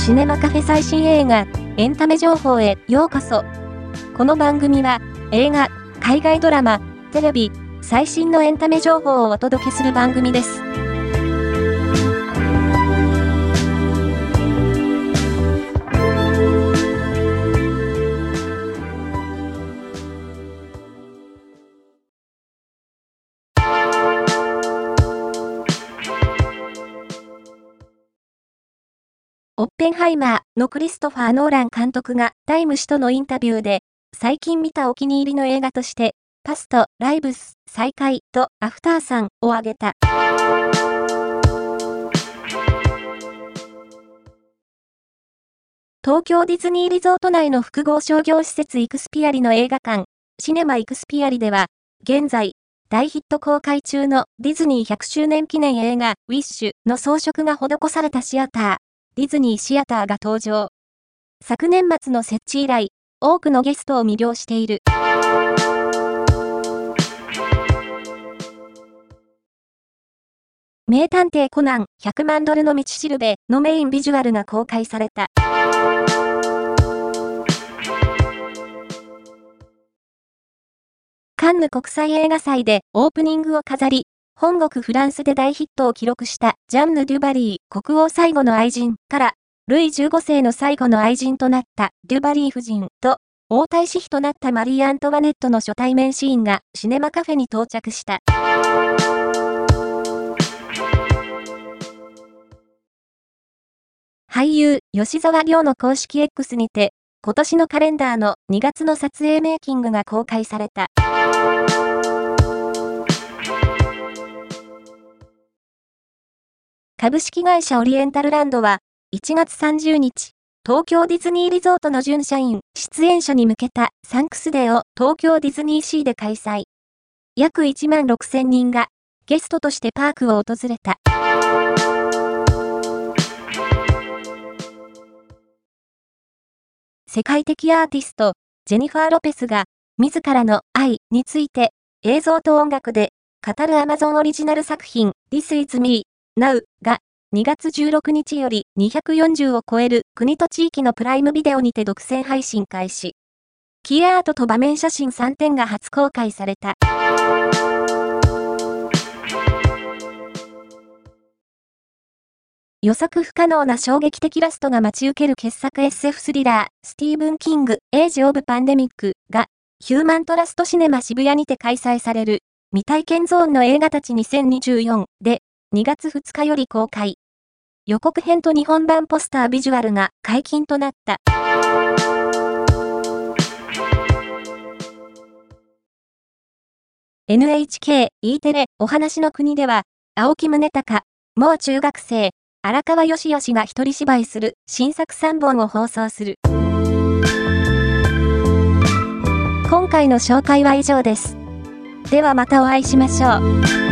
シネマカフェ最新映画、エンタメ情報へようこそ。この番組は、映画、海外ドラマ、テレビ、最新のエンタメ情報をお届けする番組です。オッペンハイマーのクリストファー・ノーラン監督がタイム誌とのインタビューで、最近見たお気に入りの映画として、パスト、ライブス、再会とアフターさんを挙げた。東京ディズニーリゾート内の複合商業施設イクスピアリの映画館、シネマイクスピアリでは、現在、大ヒット公開中のディズニー100周年記念映画、ウィッシュの装飾が施されたシアター、ディズニーシアターが登場。昨年末の設置以来、多くのゲストを魅了している。名探偵コナン100万ドルの道しるべのメインビジュアルが公開された。カンヌ国際映画祭でオープニングを飾り、本国フランスで大ヒットを記録したジャンヌ・デュバリー国王最後の愛人から、ルイ15世の最後の愛人となったデュバリー夫人と、王太子妃となったマリー・アントワネットの初対面シーンがシネマカフェに到着した。俳優、吉沢亮の公式 X にて、今年のカレンダーの2月の撮影メイキングが公開された。株式会社オリエンタルランドは、1月30日、東京ディズニーリゾートの準社員、出演者に向けたサンクスデーを東京ディズニーシーで開催。約1万6000人がゲストとしてパークを訪れた。世界的アーティスト、ジェニファー・ロペスが、自らの愛について映像と音楽で語る Amazon オリジナル作品 This is Me Now が2月16日より240を超える国と地域のプライムビデオにて独占配信開始。キーアートと場面写真3点が初公開された。予測不可能な衝撃的ラストが待ち受ける傑作 SF スリラー、スティーブン・キング、エイジ・オブ・パンデミックが、ヒューマントラストシネマ渋谷にて開催される、未体験ゾーンの映画たち2024で、2月2日より公開。予告編と日本版ポスタービジュアルが解禁となった。NHK、E テレ、お話の国では、青木宗隆、もう中学生、荒川よしよしが一人芝居する新作3本を放送する。今回の紹介は以上です。ではまたお会いしましょう。